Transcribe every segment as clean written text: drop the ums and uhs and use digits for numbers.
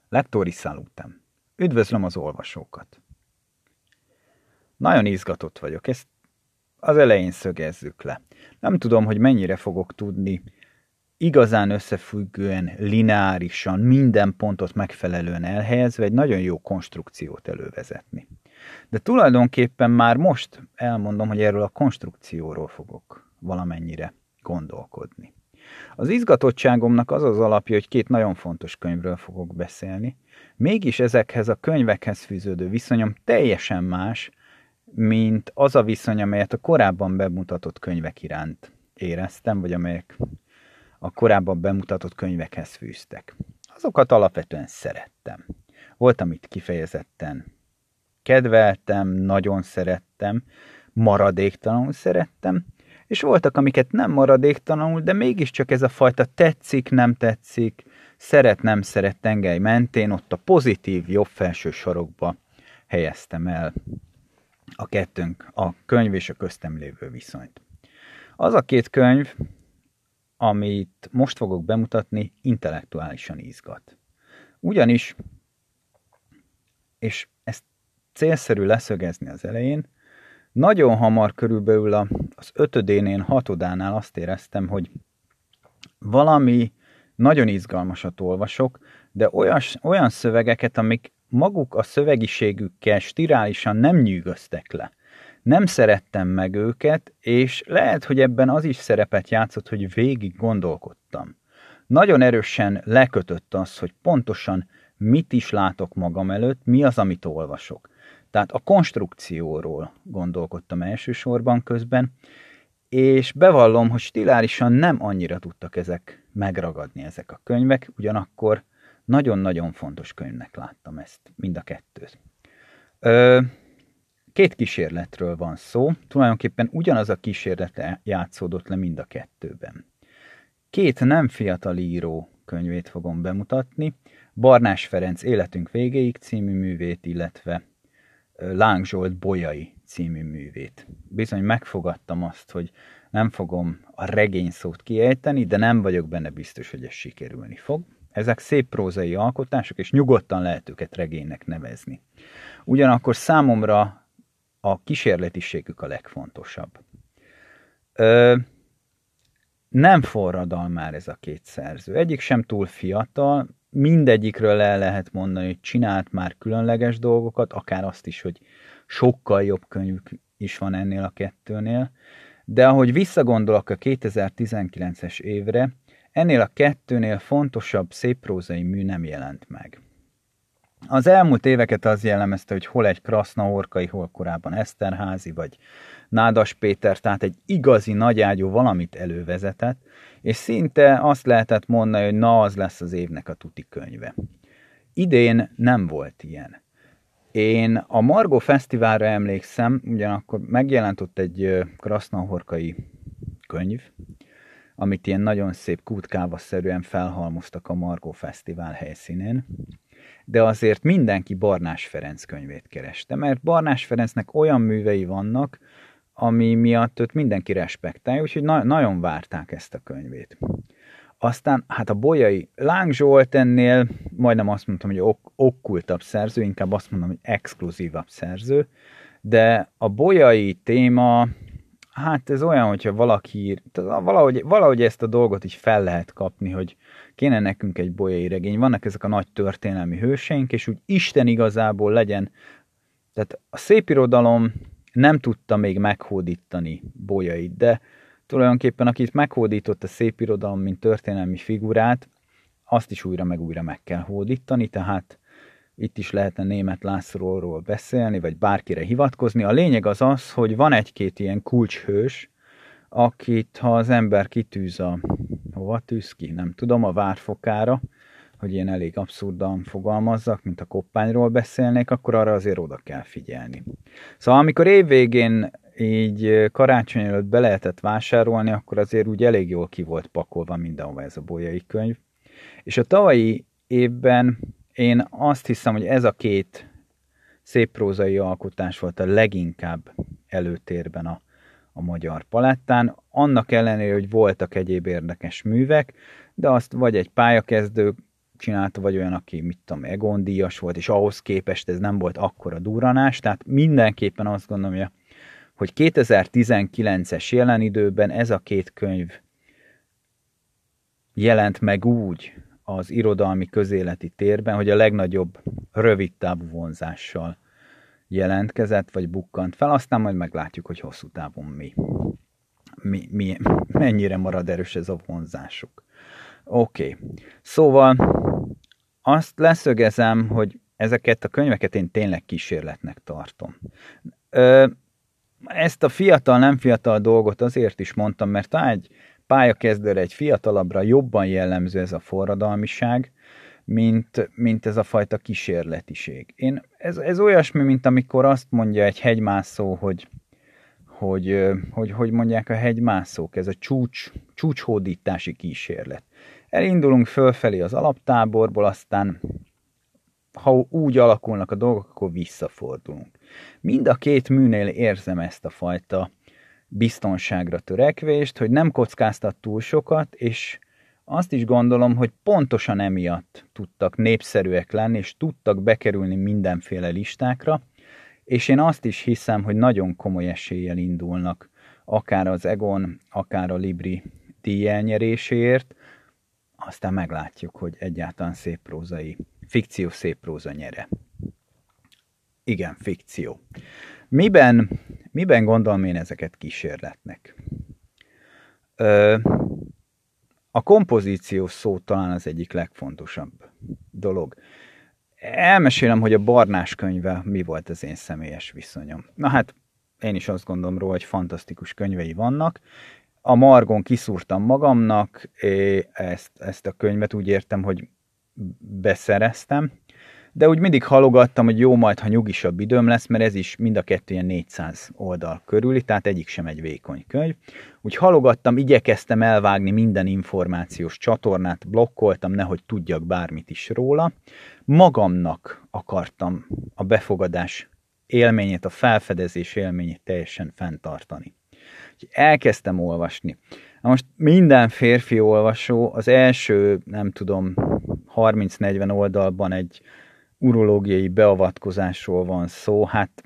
Lectori salutem. Üdvözlöm az olvasókat. Nagyon izgatott vagyok, ezt az elején szögezzük le. Nem tudom, hogy mennyire fogok tudni igazán összefüggően, lineárisan, minden pontot megfelelően elhelyezve egy nagyon jó konstrukciót elővezetni. De tulajdonképpen már most elmondom, hogy erről a konstrukcióról fogok valamennyire gondolkodni. Az izgatottságomnak az az alapja, hogy két nagyon fontos könyvről fogok beszélni, mégis ezekhez a könyvekhez fűződő viszonyom teljesen más, mint az a viszony, amelyet a korábban bemutatott könyvek iránt éreztem, vagy amelyek a korábban bemutatott könyvekhez fűztek. Azokat alapvetően szerettem. Volt, amit kifejezetten kedveltem, nagyon szerettem, maradéktalanul szerettem, és voltak, amiket nem maradéktalanul, de mégiscsak ez a fajta tetszik, nem tetszik, szeret, nem szeret tengely mentén, ott a pozitív, jobb felső sarokba helyeztem el a könyv és a köztem lévő viszonyt. Az a két könyv, amit most fogok bemutatni, intellektuálisan izgat. Ugyanis, és ezt célszerű leszögezni az elején, nagyon hamar körülbelül az 5-én, 6-nál azt éreztem, hogy valami nagyon izgalmasat olvasok, de olyan szövegeket, amik maguk a szövegiségükkel stirálisan nem nyűgöztek le. Nem szerettem meg őket, és lehet, hogy ebben az is szerepet játszott, hogy végig gondolkodtam. Nagyon erősen lekötött az, hogy pontosan mit is látok magam előtt, mi az, amit olvasok. Tehát a konstrukcióról gondolkodtam elsősorban közben, és bevallom, hogy stilárisan nem annyira tudtak ezek megragadni, ezek a könyvek, ugyanakkor nagyon-nagyon fontos könyvnek láttam ezt, mind a kettőt. Két kísérletről van szó, tulajdonképpen ugyanaz a kísérlet játszódott le mind a kettőben. Két nem fiatal író könyvét fogom bemutatni, Barnás Ferenc Életünk végéig című művét, illetve Láng Zsolt Bolyai című művét. Bizony megfogadtam azt, hogy nem fogom a regény szót kiejteni, de nem vagyok benne biztos, hogy ez sikerülni fog. Ezek szép prózai alkotások, és nyugodtan lehet őket regénynek nevezni. Ugyanakkor számomra a kísérletiségük a legfontosabb. Nem forradalmár ez a két szerző. Egyik sem túl fiatal, mindegyikről el lehet mondani, hogy csinált már különleges dolgokat, akár azt is, hogy sokkal jobb könyvük is van ennél a kettőnél, de ahogy visszagondolok a 2019-es évre, ennél a kettőnél fontosabb szépprózai mű nem jelent meg. Az elmúlt éveket az jellemezte, hogy hol egy Krasznahorkai, hol korábban Eszterházy, vagy Nádas Péter, tehát egy igazi nagyágyú valamit elővezetett, és szinte azt lehetett mondani, hogy na, az lesz az évnek a tuti könyve. Idén nem volt ilyen. Én a Margó Fesztiválra emlékszem, ugyanakkor megjelent ott egy Krasznahorkai könyv, amit ilyen nagyon szép kútkávaszerűen felhalmoztak a Margó Fesztivál helyszínén, de azért mindenki Barnás Ferenc könyvét kereste, mert Barnás Ferencnek olyan művei vannak, ami miatt őt mindenki respektálja, úgyhogy nagyon várták ezt a könyvét. Aztán hát a Bolyai Láng Zsolt ennél majdnem azt mondtam, hogy okkultabb szerző, inkább azt mondom, hogy exkluzívabb szerző, de a bolyai téma, hát ez olyan, hogyha valaki valahogy ezt a dolgot is fel lehet kapni, hogy kéne nekünk egy bolyai regény. Vannak ezek a nagy történelmi hőseink, és úgy Isten igazából legyen. Tehát a szépirodalom nem tudta még meghódítani Bolyait, de tulajdonképpen akit meghódított a szépirodalom, mint történelmi figurát, azt is újra meg kell hódítani, tehát itt is lehetne Németh Lászlóról beszélni, vagy bárkire hivatkozni. A lényeg az az, hogy van egy-két ilyen kulcshős, akit ha az ember kitűz hova tűz ki? Nem tudom, a várfokára, hogy ilyen elég abszurdan fogalmazzak, mint a koppányról beszélnék, akkor arra azért oda kell figyelni. Szóval amikor évvégén így karácsony előtt be lehetett vásárolni, akkor azért úgy elég jól ki volt pakolva mindenhova ez a bolyai könyv. És a tavalyi évben én azt hiszem, hogy ez a két szépprózai alkotás volt a leginkább előtérben a magyar palettán. Annak ellenére, hogy voltak egyéb érdekes művek, de azt vagy egy pályakezdő csinálta, vagy olyan, aki, mit tudom, Egon díjas volt, és ahhoz képest ez nem volt akkora durranás, tehát mindenképpen azt gondolom, hogy 2019-es jelen időben ez a két könyv jelent meg úgy az irodalmi közéleti térben, hogy a legnagyobb rövidtávú vonzással jelentkezett, vagy bukkant fel, aztán majd meglátjuk, hogy hosszú távon mennyire marad erős ez a vonzásuk. Oké. Szóval azt leszögezem, hogy ezeket a könyveket én tényleg kísérletnek tartom. Ezt a fiatal-nem fiatal dolgot azért is mondtam, mert talán egy pályakezdőre, egy fiatalabbra jobban jellemző ez a forradalmiság, mint ez a fajta kísérletiség. Ez olyasmi, mint amikor azt mondja egy hegymászó, hogy mondják a hegymászók, ez a csúcshódítási kísérlet. Elindulunk fölfelé az alaptáborból, aztán ha úgy alakulnak a dolgok, akkor visszafordulunk. Mind a két műnél érzem ezt a fajta biztonságra törekvést, hogy nem kockáztat túl sokat, és azt is gondolom, hogy pontosan emiatt tudtak népszerűek lenni, és tudtak bekerülni mindenféle listákra, és én azt is hiszem, hogy nagyon komoly eséllyel indulnak, akár az Egon, akár a Libri díj elnyeréséért, aztán meglátjuk, hogy egyáltalán fikció széppróza nyere. Igen, fikció. Miben gondolom én ezeket kísérletnek? A kompozíciós szó talán az egyik legfontosabb dolog. Elmesélem, hogy a Barnás könyvvel mi volt az én személyes viszonyom. Na hát, én is azt gondolom róla, hogy fantasztikus könyvei vannak. A Margon kiszúrtam magamnak, ezt a könyvet úgy értem, hogy beszereztem, de úgy mindig halogattam, hogy jó, majd ha nyugisabb időm lesz, mert ez is mind a kettő ilyen 400 oldal körüli, tehát egyik sem egy vékony könyv. Úgy halogattam, igyekeztem elvágni minden információs csatornát, blokkoltam, nehogy tudjak bármit is róla. Magamnak akartam a befogadás élményét, a felfedezés élményét teljesen fenntartani. Elkezdtem olvasni. Na most minden férfi olvasó az első, nem tudom, 30-40 oldalban egy urológiai beavatkozásról van szó, hát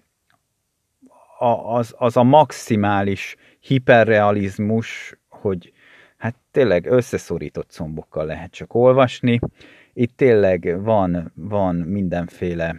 az a maximális hiperrealizmus, hogy hát tényleg összeszorított combokkal lehet csak olvasni. Itt tényleg van mindenféle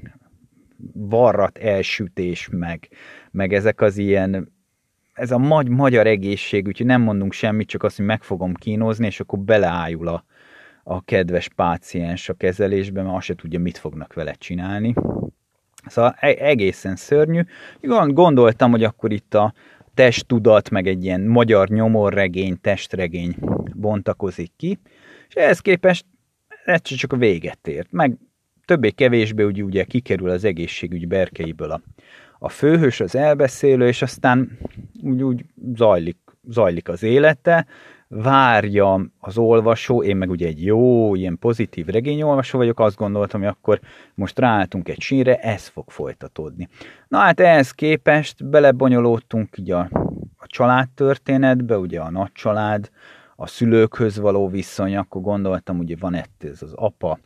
varrat elsütés, meg ezek az ilyen, ez a magyar egészség, úgyhogy nem mondunk semmit, csak azt, hogy meg fogom kínozni, és akkor beleájul a kedves páciens a kezelésbe, mert azt se tudja, mit fognak vele csinálni. Szóval egészen szörnyű. Gondoltam, hogy akkor itt a testtudat, meg egy ilyen magyar nyomorregény, testregény bontakozik ki, és ehhez képest ez csak a véget ért. Meg többé-kevésbé ugye kikerül az egészségügy berkeiből a főhős, az elbeszélő, és aztán úgy zajlik az élete, várja az olvasó, én meg ugye egy jó, ilyen pozitív regényolvasó vagyok, azt gondoltam, hogy akkor most ráálltunk egy sínre, ez fog folytatódni. Na hát ehhez képest belebonyolódtunk így a családtörténetbe, ugye a nagycsalád, a szülőkhöz való viszony, akkor gondoltam, ugye van ez az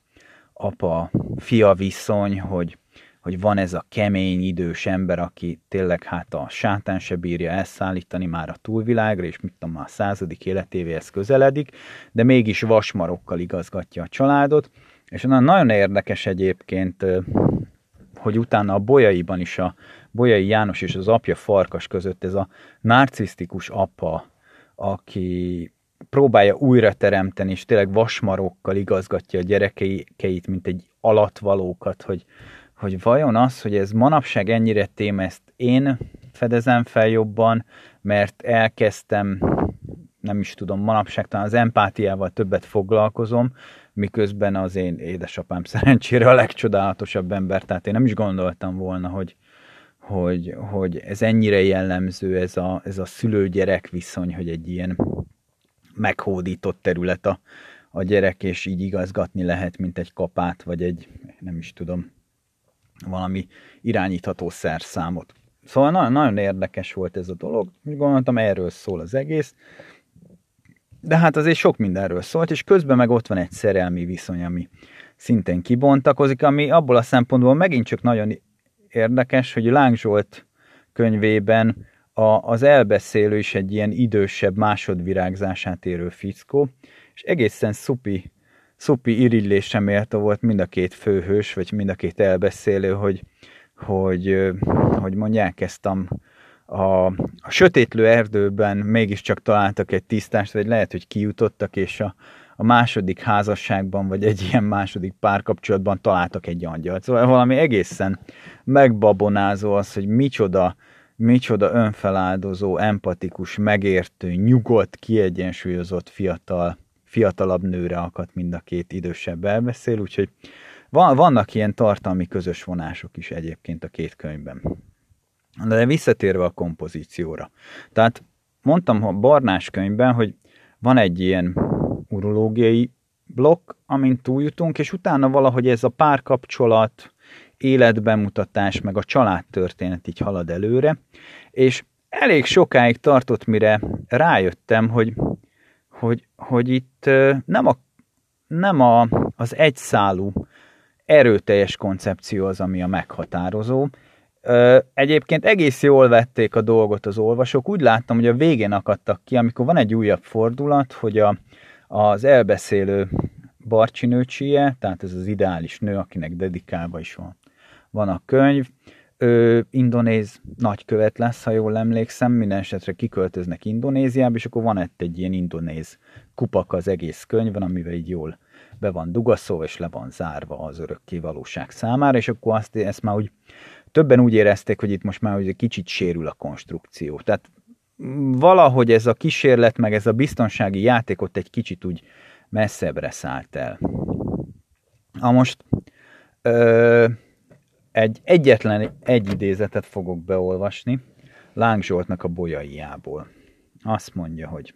apa-fia viszony, hogy van ez a kemény, idős ember, aki tényleg hát a sátán se bírja elszállítani már a túlvilágra, és mit tudom, a 100. életévéhez közeledik, de mégis vasmarokkal igazgatja a családot, és nagyon érdekes egyébként, hogy utána a Bolyaiban is a Bolyai János és az apja Farkas között ez a narcisztikus apa, aki próbálja újra teremteni, és tényleg vasmarokkal igazgatja a gyerekeit, mint egy alatvalókat, hogy vajon az, hogy ez manapság ennyire téma, ezt én fedezem fel jobban, mert elkezdtem, nem is tudom, manapság talán az empátiával többet foglalkozom, miközben az én édesapám szerencsére a legcsodálatosabb ember, tehát én nem is gondoltam volna, hogy ez ennyire jellemző, ez a szülő-gyerek viszony, hogy egy ilyen meghódított terület a gyerek, és így igazgatni lehet, mint egy kapát, vagy egy, nem is tudom, valami irányítható szerszámot. Szóval nagyon, nagyon érdekes volt ez a dolog, úgy gondoltam, erről szól az egész, De hát azért sok mindenről szólt, és közben meg ott van egy szerelmi viszony, ami szintén kibontakozik, ami abból a szempontból megint csak nagyon érdekes, hogy Láng Zsolt könyvében az elbeszélő is egy ilyen idősebb másodvirágzását érő fickó, és egészen szupi irigylésre méltó volt mind a két főhős, vagy mind a két elbeszélő, hogy mondják ezt a sötétlő erdőben mégiscsak találtak egy tisztást, vagy lehet, hogy kijutottak, és a második házasságban, vagy egy ilyen második párkapcsolatban találtak egy angyalt. Szóval valami egészen megbabonázó az, hogy micsoda önfeláldozó, empatikus, megértő, nyugodt, kiegyensúlyozott fiatalabb nőre akadt mind a két idősebb elbeszél, úgyhogy vannak ilyen tartalmi közös vonások is egyébként a két könyvben. De visszatérve a kompozícióra. Tehát mondtam a Barnás könyvben, hogy van egy ilyen urológiai blokk, amin túljutunk, és utána valahogy ez a párkapcsolat, életbemutatás, meg a családtörténet így halad előre, és elég sokáig tartott, mire rájöttem, hogy itt nem az egyszálú, erőteljes koncepció az, ami a meghatározó. Egyébként egész jól vették a dolgot az olvasók. Úgy láttam, hogy a végén akadtak ki, amikor van egy újabb fordulat, hogy az elbeszélő barcsinőcsie, tehát ez az ideális nő, akinek dedikálva is van a könyv, indonéz nagykövet lesz, ha jól emlékszem, minden esetre kiköltöznek Indonéziába, és akkor van egy ilyen indonéz kupak az egész könyvben, amivel így jól be van dugaszolva, és le van zárva az örökké valóság számára, és akkor ezt már úgy többen úgy érezték, hogy itt most már egy kicsit sérül a konstrukció. Tehát valahogy ez a kísérlet, meg ez a biztonsági játék ott egy kicsit úgy messzebbre szállt el. Most egyetlen egy idézetet fogok beolvasni Láng Zsoltnak a Bolyaiából. Azt mondja, hogy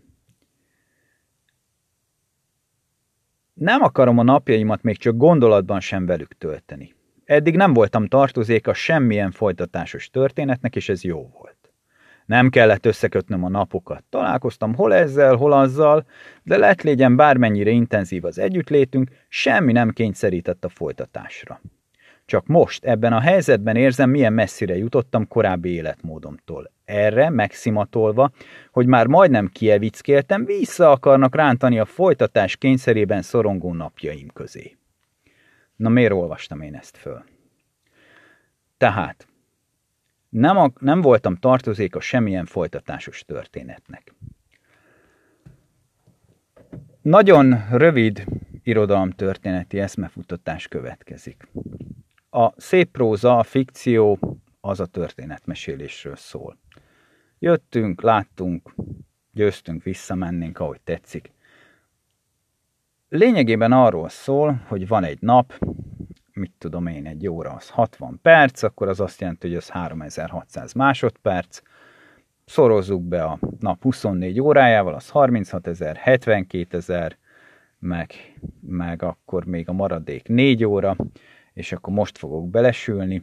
nem akarom a napjaimat még csak gondolatban sem velük tölteni. Eddig nem voltam tartozéka semmilyen folytatásos történetnek, és ez jó volt. Nem kellett összekötnöm a napokat. Találkoztam hol ezzel, hol azzal, de lett légyen bármennyire intenzív az együttlétünk, semmi nem kényszerített a folytatásra. Csak most, ebben a helyzetben érzem, milyen messzire jutottam korábbi életmódomtól. Erre, megszimatolva, hogy már majdnem kievickéltem, vissza akarnak rántani a folytatás kényszerében szorongó napjaim közé. Na, miért olvastam én ezt föl? Tehát, nem voltam tartozéka semmilyen folytatásos történetnek. Nagyon rövid irodalomtörténeti eszmefutatás következik. A szép próza, a fikció az a történetmesélésről szól. Jöttünk, láttunk, győztünk, visszamennénk, ahogy tetszik. Lényegében arról szól, hogy van egy nap, mit tudom én, egy óra az 60 perc, akkor az azt jelenti, hogy az 3600 másodperc. Szorozzuk be a nap 24 órájával, az 36 000, 72 000, meg akkor még a maradék 4 óra, és akkor most fogok belesülni.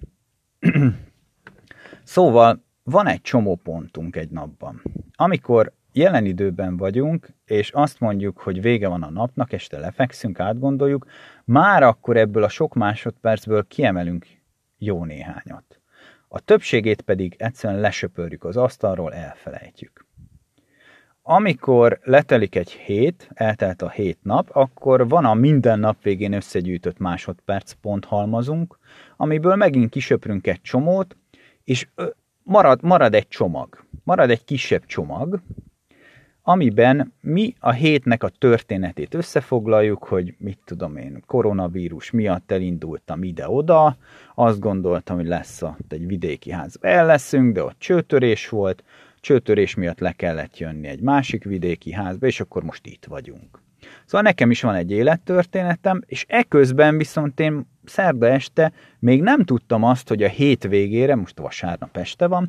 Szóval van egy csomó pontunk egy napban. Amikor jelen időben vagyunk, és azt mondjuk, hogy vége van a napnak, este lefekszünk, átgondoljuk, már akkor ebből a sok másodpercből kiemelünk jó néhányat. A többségét pedig egyszerűen lesöpörjük az asztalról, elfelejtjük. Amikor letelik egy hét, eltelt a 7 nap, akkor van a minden nap végén összegyűjtött másodperc ponthalmazunk, amiből megint kisöprünk egy csomót, és marad egy csomag. Marad egy kisebb csomag, amiben mi a hétnek a történetét összefoglaljuk, hogy mit tudom én, koronavírus miatt elindultam ide-oda, azt gondoltam, hogy lesz ott egy vidéki házba, el leszünk, de ott csőtörés volt, csőtörés miatt le kellett jönni egy másik vidéki házba, és akkor most itt vagyunk. Szóval nekem is van egy élettörténetem, és eközben viszont én szerda este még nem tudtam azt, hogy a hét végére, most vasárnap este van,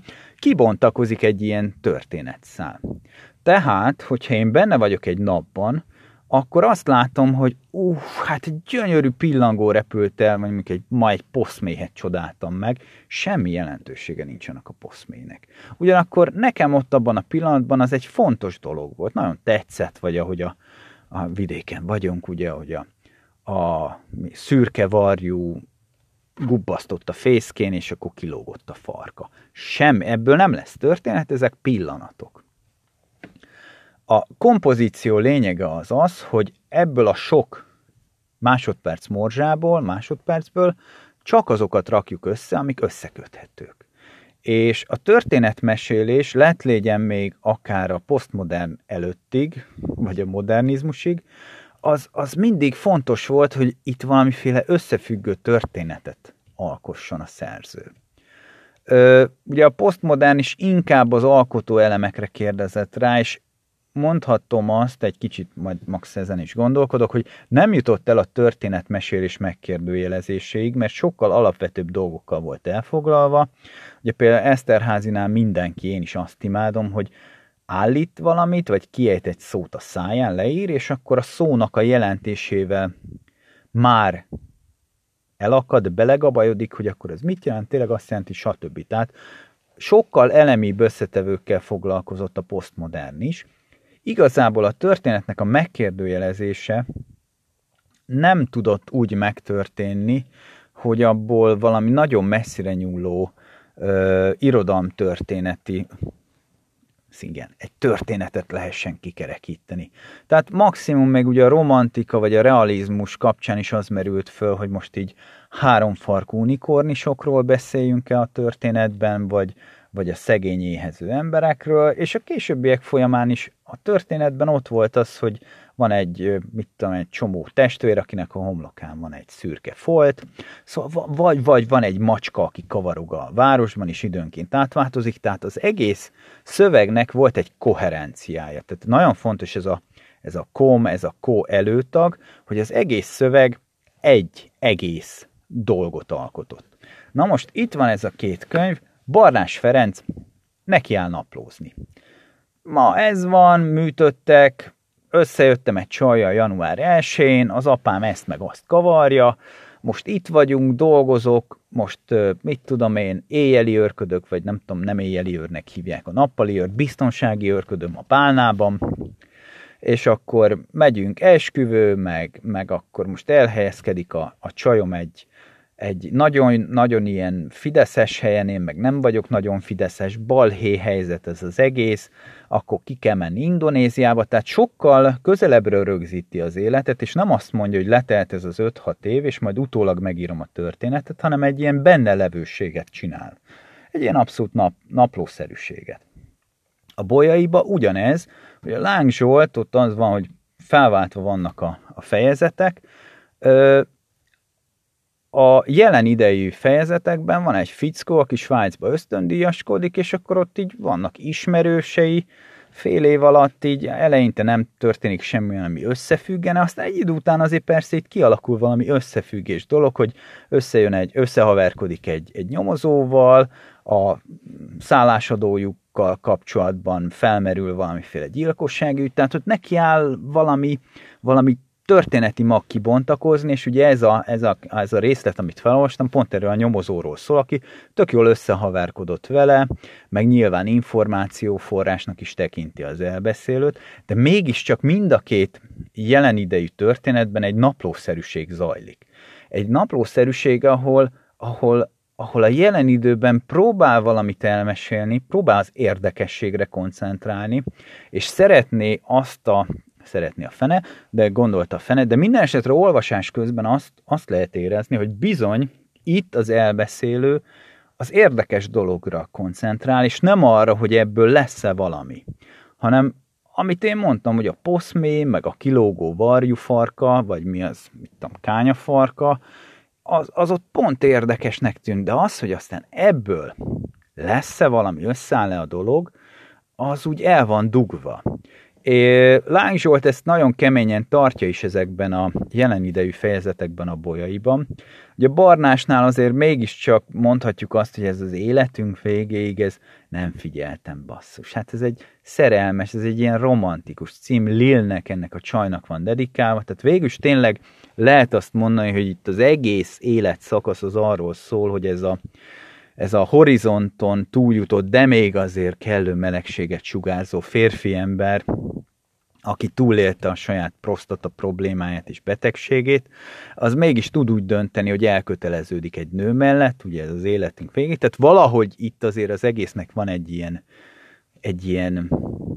kibontakozik egy ilyen történetszál. Tehát, hogyha én benne vagyok egy napban, akkor azt látom, hogy hát egy gyönyörű pillangó repült el, vagy mondjuk ma egy poszméhet csodáltam meg, semmi jelentősége nincsenek a poszmének. Ugyanakkor nekem ott abban a pillanatban az egy fontos dolog volt, nagyon tetszett, vagy ahogy a vidéken vagyunk, ugye, ahogy a szürke varjú gubbasztott a fészkén, és akkor kilógott a farka. Ebből nem lesz történet, ezek pillanatok. A kompozíció lényege az, hogy ebből a sok másodpercből csak azokat rakjuk össze, amik összeköthetők. És a történetmesélés legyen még akár a posztmodern előttig, vagy a modernizmusig, az mindig fontos volt, hogy itt valamiféle összefüggő történetet alkosson a szerző. Ugye a posztmodern is inkább az alkotó elemekre kérdezett rá, és mondhatom azt, egy kicsit majd max ezen is gondolkodok, hogy nem jutott el a történetmesélés megkérdőjelezéséig, mert sokkal alapvetőbb dolgokkal volt elfoglalva. Ugye például Esterházynál mindenki, én is azt imádom, hogy állít valamit, vagy kiejt egy szót a száján, leír, és akkor a szónak a jelentésével már elakad, belegabajodik, hogy akkor ez mit jelent, tényleg azt jelenti, stb. Tehát sokkal elemibb összetevőkkel foglalkozott a posztmodern is. Igazából a történetnek a megkérdőjelezése nem tudott úgy megtörténni, hogy abból valami nagyon messzire nyúló irodalomtörténeti, igen, egy történetet lehessen kikerekíteni. Tehát maximum még ugye a romantika vagy a realizmus kapcsán is az merült föl, hogy most így háromfarkú unikornisokról beszéljünk-e a történetben, vagy a szegény éhező emberekről, és a későbbiek folyamán is a történetben ott volt az, hogy van egy csomó testvér, akinek a homlokán van egy szürke folt, szóval vagy van egy macska, aki kavarog a városban, és időnként átváltozik, tehát az egész szövegnek volt egy koherenciája. Tehát nagyon fontos ez a kom, ez a ko előtag, hogy az egész szöveg egy egész dolgot alkotott. Na most itt van ez a két könyv, Barnás Ferenc nekiáll naplózni. Ma ez van, műtöttek, összejöttem egy csajjal január 1-én, az apám ezt meg azt kavarja, most itt vagyunk, dolgozok, most mit tudom én, éjjeli őrködök, vagy nem tudom, nem éjjeli őrnek hívják a nappali őrt, biztonsági őrködöm a pálnában, és akkor megyünk esküvő, meg akkor most elhelyezkedik a csajom egy nagyon ilyen fideszes helyen, én meg nem vagyok nagyon fideszes, balhé helyzet ez az egész, akkor ki kell menni Indonéziába, tehát sokkal közelebbről rögzíti az életet, és nem azt mondja, hogy letelt ez az 5-6 év, és majd utólag megírom a történetet, hanem egy ilyen benne levőséget csinál. Egy ilyen abszolút naplószerűséget. A Bolyaiba ugyanez, hogy a Láng Zsolt, ott az van, hogy felváltva vannak a fejezetek, a jelen idejű fejezetekben van egy fickó, aki Svájcba ösztöndíjaskodik, és akkor ott így vannak ismerősei, fél év alatt így eleinte nem történik semmi, ami összefüggene, aztán egy idő után azért persze itt kialakul valami összefüggés dolog, hogy összehaverkodik egy nyomozóval, a szállásadójukkal kapcsolatban felmerül valamiféle gyilkosságügy, tehát ott neki áll valami történeti mag kibontakozni, és ugye ez a részlet, amit felolvastam, pont erről a nyomozóról szól, aki tök jól összehaverkodott vele, meg nyilván információforrásnak is tekinti az elbeszélőt, de mégiscsak mind a két jelen idejű történetben egy naplószerűség zajlik. Egy naplószerűség, ahol a jelen időben próbál valamit elmesélni, próbál az érdekességre koncentrálni, és szeretné a fene, de gondolta a fene, de minden esetre olvasás közben azt lehet érezni, hogy bizony itt az elbeszélő az érdekes dologra koncentrál, és nem arra, hogy ebből lesz-e valami, hanem amit én mondtam, hogy a poszmé, meg a kilógó varjufarka, vagy mi az, kányafarka, az ott pont érdekesnek tűnt, de az, hogy aztán ebből lesz-e valami, összeáll-e a dolog, az úgy el van dugva. Láng Zsolt ezt nagyon keményen tartja is ezekben a jelen idejű fejezetekben a Bolyaiban. Ugye a Barnásnál azért mégiscsak mondhatjuk azt, hogy ez az életünk végéig, ez nem figyeltem, basszus. Hát ez egy szerelmes, ez egy ilyen romantikus cím, Lilnek, ennek a csajnak van dedikálva, tehát végül is tényleg lehet azt mondani, hogy itt az egész életszakasz az arról szól, hogy ez a horizonton túljutott, de még azért kellő melegséget sugárzó férfi ember, aki túlélte a saját prostata problémáját és betegségét, az mégis tud úgy dönteni, hogy elköteleződik egy nő mellett, ugye ez az életünk végig, tehát valahogy itt azért az egésznek van egy ilyen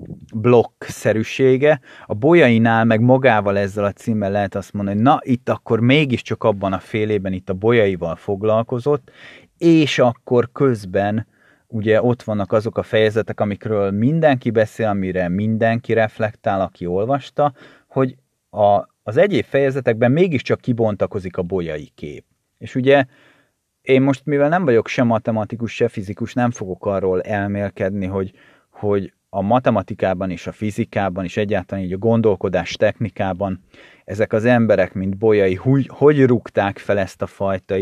blokk-szerűsége. A Bolyainál meg magával ezzel a címmel lehet azt mondani, hogy na, itt akkor mégiscsak abban a fél évben itt a Bolyaival foglalkozott, és akkor közben ugye ott vannak azok a fejezetek, amikről mindenki beszél, amire mindenki reflektál, aki olvasta, hogy az egyéb fejezetekben mégiscsak kibontakozik a bolyai kép. És ugye én most, mivel nem vagyok se matematikus, se fizikus, nem fogok arról elmélkedni, hogy a matematikában és a fizikában és egyáltalán így a gondolkodás technikában ezek az emberek, mint Bolyai, hogy rúgták fel ezt a fajta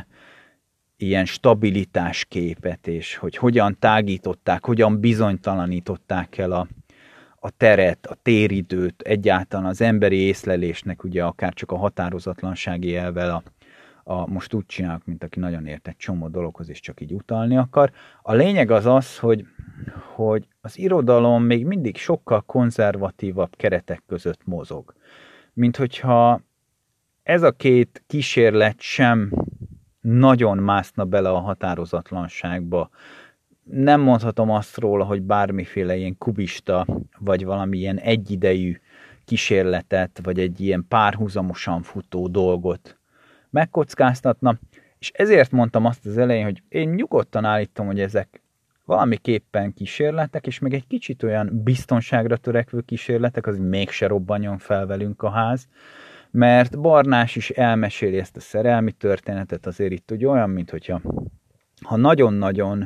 ilyen stabilitásképet, és hogy hogyan tágították, hogyan bizonytalanították el a teret, a téridőt, egyáltalán az emberi észlelésnek, ugye akár csak a határozatlansági elvvel most úgy csinálok, mint aki nagyon ért egy csomó dologhoz, és csak így utalni akar. A lényeg az, hogy az irodalom még mindig sokkal konzervatívabb keretek között mozog. Mint hogyha ez a két kísérlet sem nagyon mászna bele a határozatlanságba. Nem mondhatom azt róla, hogy bármiféle ilyen kubista, vagy valamilyen egyidejű kísérletet, vagy egy ilyen párhuzamosan futó dolgot megkockáztatna, és ezért mondtam azt az elején, hogy én nyugodtan állítom, hogy ezek valamiképpen kísérletek, és még egy kicsit olyan biztonságra törekvő kísérletek, az mégse robbanjon fel velünk a ház, mert Barnás is elmeséli ezt a szerelmi történetet, azért itt ugye olyan, mint hogyha nagyon-nagyon,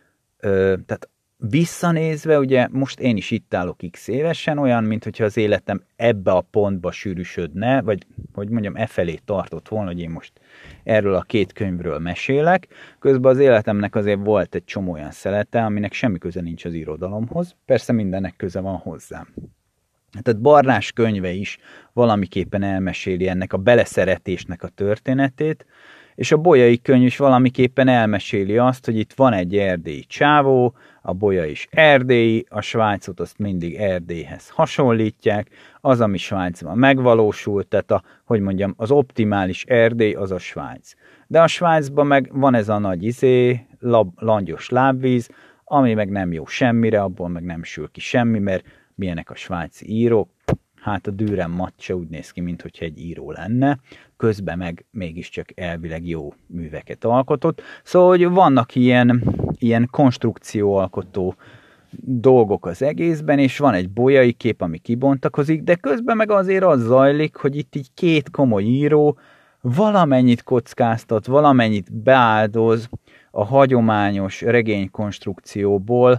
tehát visszanézve, ugye most én is itt állok x évesen, olyan, mint hogyha az életem ebbe a pontba sűrűsödne, vagy hogy mondjam, felé tartott volna, hogy én most erről a két könyvről mesélek. Közben az életemnek azért volt egy csomó olyan szelete, aminek semmi köze nincs az irodalomhoz, persze mindennek köze van hozzám. Tehát Barnás könyve is valamiképpen elmeséli ennek a beleszeretésnek a történetét, és a Bolyai könyv is valamiképpen elmeséli azt, hogy itt van egy erdélyi csávó, a Bolyai is erdélyi, a Svájcot azt mindig Erdélyhez hasonlítják, az, ami Svájcban megvalósult, tehát az optimális Erdély az a Svájc. De a Svájcban meg van ez a nagy langyos lábvíz, ami meg nem jó semmire, abból meg nem sül ki semmi, mert milyenek a svájci írók, hát a Düren Matse úgy néz ki, mintha egy író lenne, közben meg mégiscsak elvileg jó műveket alkotott. Szóval, hogy vannak ilyen konstrukcióalkotó dolgok az egészben, és van egy bolyai kép, ami kibontakozik, de közben meg azért az zajlik, hogy itt így két komoly író valamennyit kockáztat, valamennyit beáldoz a hagyományos regénykonstrukcióból,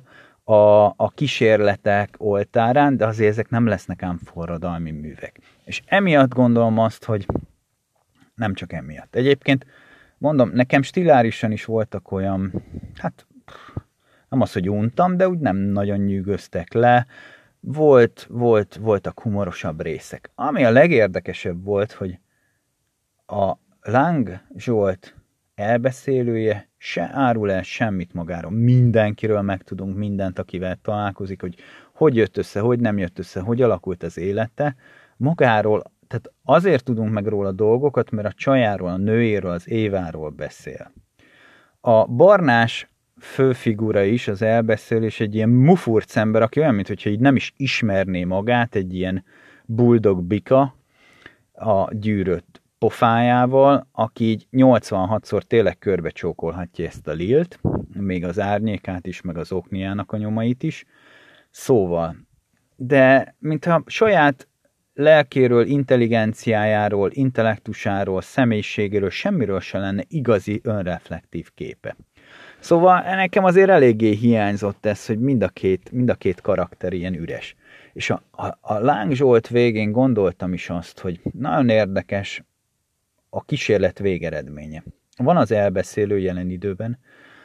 a kísérletek oltárán, de azért ezek nem lesznek ám forradalmi művek. És emiatt gondolom azt, hogy nem csak emiatt. Egyébként mondom, nekem stilárisan is voltak olyan, hát nem az, hogy untam, de úgy nem nagyon nyűgöztek le. Voltak humorosabb részek. Ami a legérdekesebb volt, hogy a Láng Zsolt elbeszélője se árul el semmit magáról. Mindenkiről megtudunk mindent, akivel találkozik, hogy jött össze, hogy nem jött össze, hogy alakult az élete. Magáról, tehát azért tudunk meg róla dolgokat, mert a csajáról, a nőjéről, az Éváról beszél. A Barnás főfigura is, az elbeszélés egy ilyen mufurc ember, aki olyan, mintha így nem is ismerné magát, egy ilyen buldog bika a gyűrött pofájával, aki így 86-szor tényleg körbe csókolhatja ezt a Lilt, még az árnyékát is, meg az okniának a nyomait is. Szóval, de mintha saját lelkéről, intelligenciájáról, intellektusáról, személyiségéről, semmiről se lenne igazi önreflektív képe. Szóval nekem azért eléggé hiányzott ez, hogy mind a két karakter ilyen üres. És a Láng Zsolt végén gondoltam is azt, hogy nagyon érdekes a kísérlet végeredménye. Van az elbeszélő jelen időben,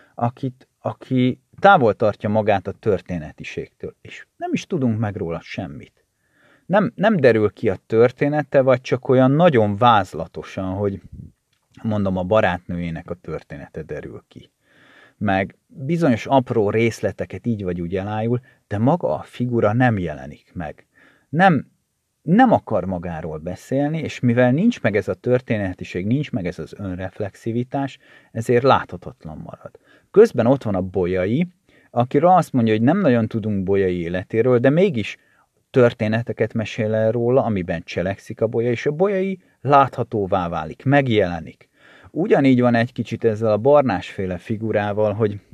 aki távol tartja magát a történetiségtől, és nem is tudunk meg róla semmit. Nem derül ki a története, vagy csak olyan nagyon vázlatosan, hogy mondom, a barátnőjének a története derül ki. Meg bizonyos apró részleteket így vagy úgy elájul, de maga a figura nem jelenik meg. Nem akar magáról beszélni, és mivel nincs meg ez a történetiség, nincs meg ez az önreflexivitás, ezért láthatatlan marad. Közben ott van a Bolyai, akiről azt mondja, hogy nem nagyon tudunk Bolyai életéről, de mégis történeteket mesél el róla, amiben cselekszik a Bolyai, és a Bolyai láthatóvá válik, megjelenik. Ugyanígy van egy kicsit ezzel a Barnásféle figurával,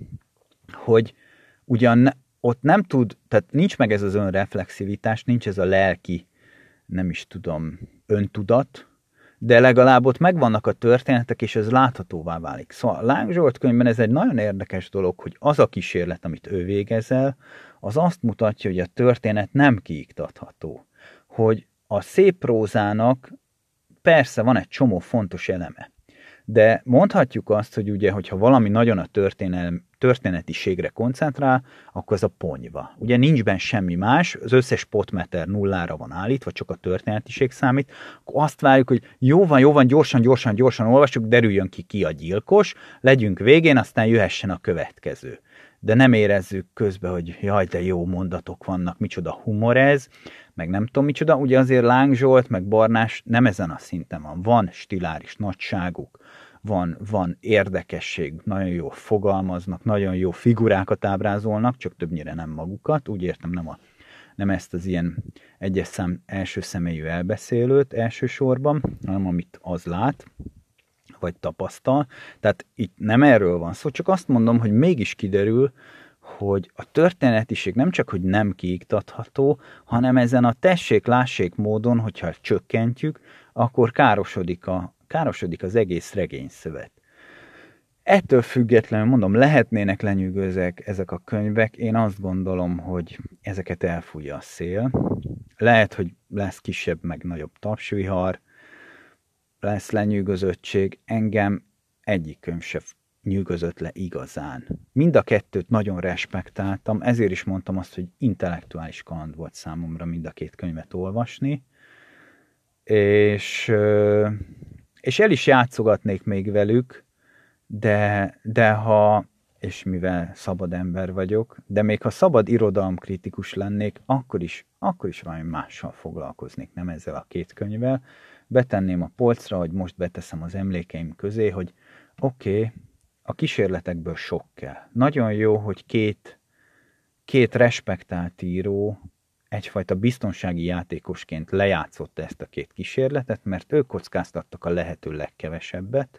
hogy ugyan ott nem tud, tehát nincs meg ez az önreflexivitás, nincs ez a lelki, nem is tudom, öntudat, de legalább ott megvannak a történetek, és ez láthatóvá válik. Szóval a Láng Zsolt könyvben ez egy nagyon érdekes dolog, hogy az a kísérlet, amit ő végez el, az azt mutatja, hogy a történet nem kiiktatható. Hogy a szép prózának persze van egy csomó fontos eleme, de mondhatjuk azt, hogy ugye, hogyha valami nagyon a történetiségre koncentrál, akkor ez a ponyva. Ugye nincs benne semmi más, az összes potmeter nullára van állítva, csak a történetiség számít, akkor azt várjuk, hogy jó van, gyorsan olvassuk, derüljön ki a gyilkos, legyünk végén, aztán jöhessen a következő. De nem érezzük közben, hogy jaj, de jó mondatok vannak, micsoda humor ez, meg nem tudom micsoda. Ugye azért Láng Zsolt, meg Barnás nem ezen a szinten van stiláris nagyságuk, van érdekesség, nagyon jól fogalmaznak, nagyon jó figurákat ábrázolnak, csak többnyire nem magukat, úgy értem nem ezt az ilyen egyes szám első személyű elbeszélőt elsősorban, hanem amit az lát, vagy tapasztal. Tehát itt nem erről van szó, csak azt mondom, hogy mégis kiderül, hogy a történetiség nem csak, hogy nem kiiktatható, hanem ezen a tessék-lássék módon, hogyha csökkentjük, akkor károsodik az egész regényszövet. Ettől függetlenül mondom, lehetnének lenyűgözőek ezek a könyvek, én azt gondolom, hogy ezeket elfújja a szél. Lehet, hogy lesz kisebb meg nagyobb tapsvihar, lesz lenyűgözöttség, engem egyik könyv se nyűgözött le igazán. Mind a kettőt nagyon respektáltam, ezért is mondtam azt, hogy intellektuális kaland volt számomra mind a két könyvet olvasni, és el is játszogatnék még velük, de ha, és mivel szabad ember vagyok, de még ha szabad irodalomkritikus lennék, akkor is valami mással foglalkoznék, nem ezzel a két könyvvel. Betenném a polcra, hogy most beteszem az emlékeim közé, hogy oké, a kísérletekből sok kell. Nagyon jó, hogy két respektált író egyfajta biztonsági játékosként lejátszotta ezt a két kísérletet, mert ők kockáztattak a lehető legkevesebbet,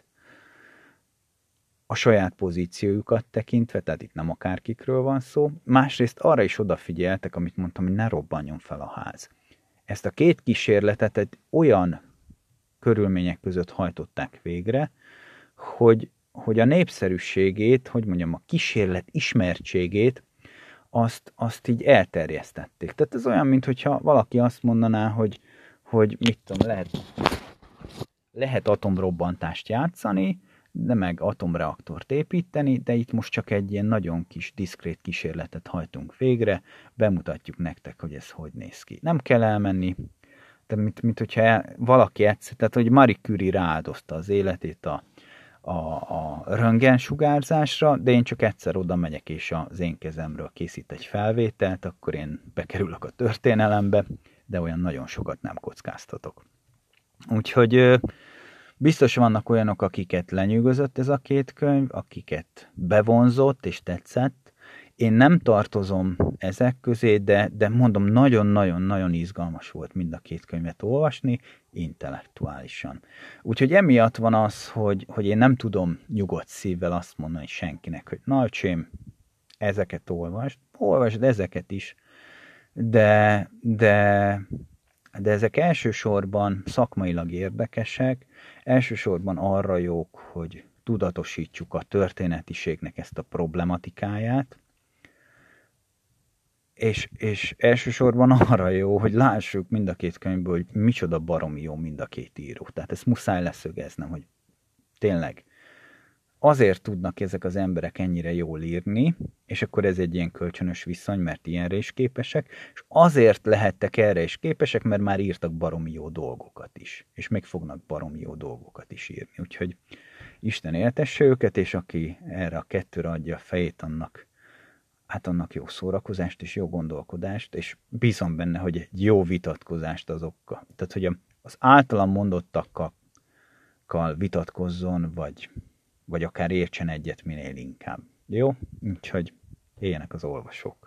a saját pozíciójukat tekintve, tehát itt nem akárkikről van szó. Másrészt arra is odafigyeltek, amit mondtam, hogy ne robbanjon fel a ház. Ezt a két kísérletet egy olyan körülmények között hajtották végre, hogy a népszerűségét, hogy mondjam, a kísérlet ismertségét, azt így elterjesztették. Tehát ez olyan, mintha valaki azt mondaná, hogy mit tudom, lehet atomrobbantást játszani, de meg atomreaktort építeni, de itt most csak egy ilyen nagyon kis, diszkrét kísérletet hajtunk végre, bemutatjuk nektek, hogy ez hogy néz ki. Nem kell elmenni, de mint hogyha valaki egyszer, tehát hogy Marie Curie rááldozta az életét a röntgensugárzásra, de én csak egyszer oda megyek, és az én kezemről készít egy felvételt, akkor én bekerülök a történelembe, de olyan nagyon sokat nem kockáztatok. Úgyhogy biztos vannak olyanok, akiket lenyűgözött ez a két könyv, akiket bevonzott és tetszett. Én nem tartozom ezek közé, de mondom, nagyon-nagyon-nagyon izgalmas volt mind a két könyvet olvasni, intellektuálisan. Úgyhogy emiatt van az, hogy én nem tudom nyugodt szívvel azt mondani senkinek, hogy na öcsém, ezeket olvasd ezeket is, de ezek elsősorban szakmailag érdekesek, elsősorban arra jók, hogy tudatosítsuk a történetiségnek ezt a problematikáját, és elsősorban arra jó, hogy lássuk mind a két könyvből, hogy micsoda baromi jó mind a két író. Tehát ezt muszáj leszögeznem, hogy tényleg azért tudnak ezek az emberek ennyire jól írni, és akkor ez egy ilyen kölcsönös viszony, mert ilyenre is képesek, és azért lehettek erre is képesek, mert már írtak baromi jó dolgokat is, és még fognak baromi jó dolgokat is írni. Úgyhogy Isten éltesse őket, és aki erre a kettőre adja a fejét, annak jó szórakozást és jó gondolkodást, és bízom benne, hogy egy jó vitatkozást azokkal. Tehát, hogy az általam mondottakkal vitatkozzon, vagy akár értsen egyet minél inkább. Jó? Úgyhogy éljenek az olvasók.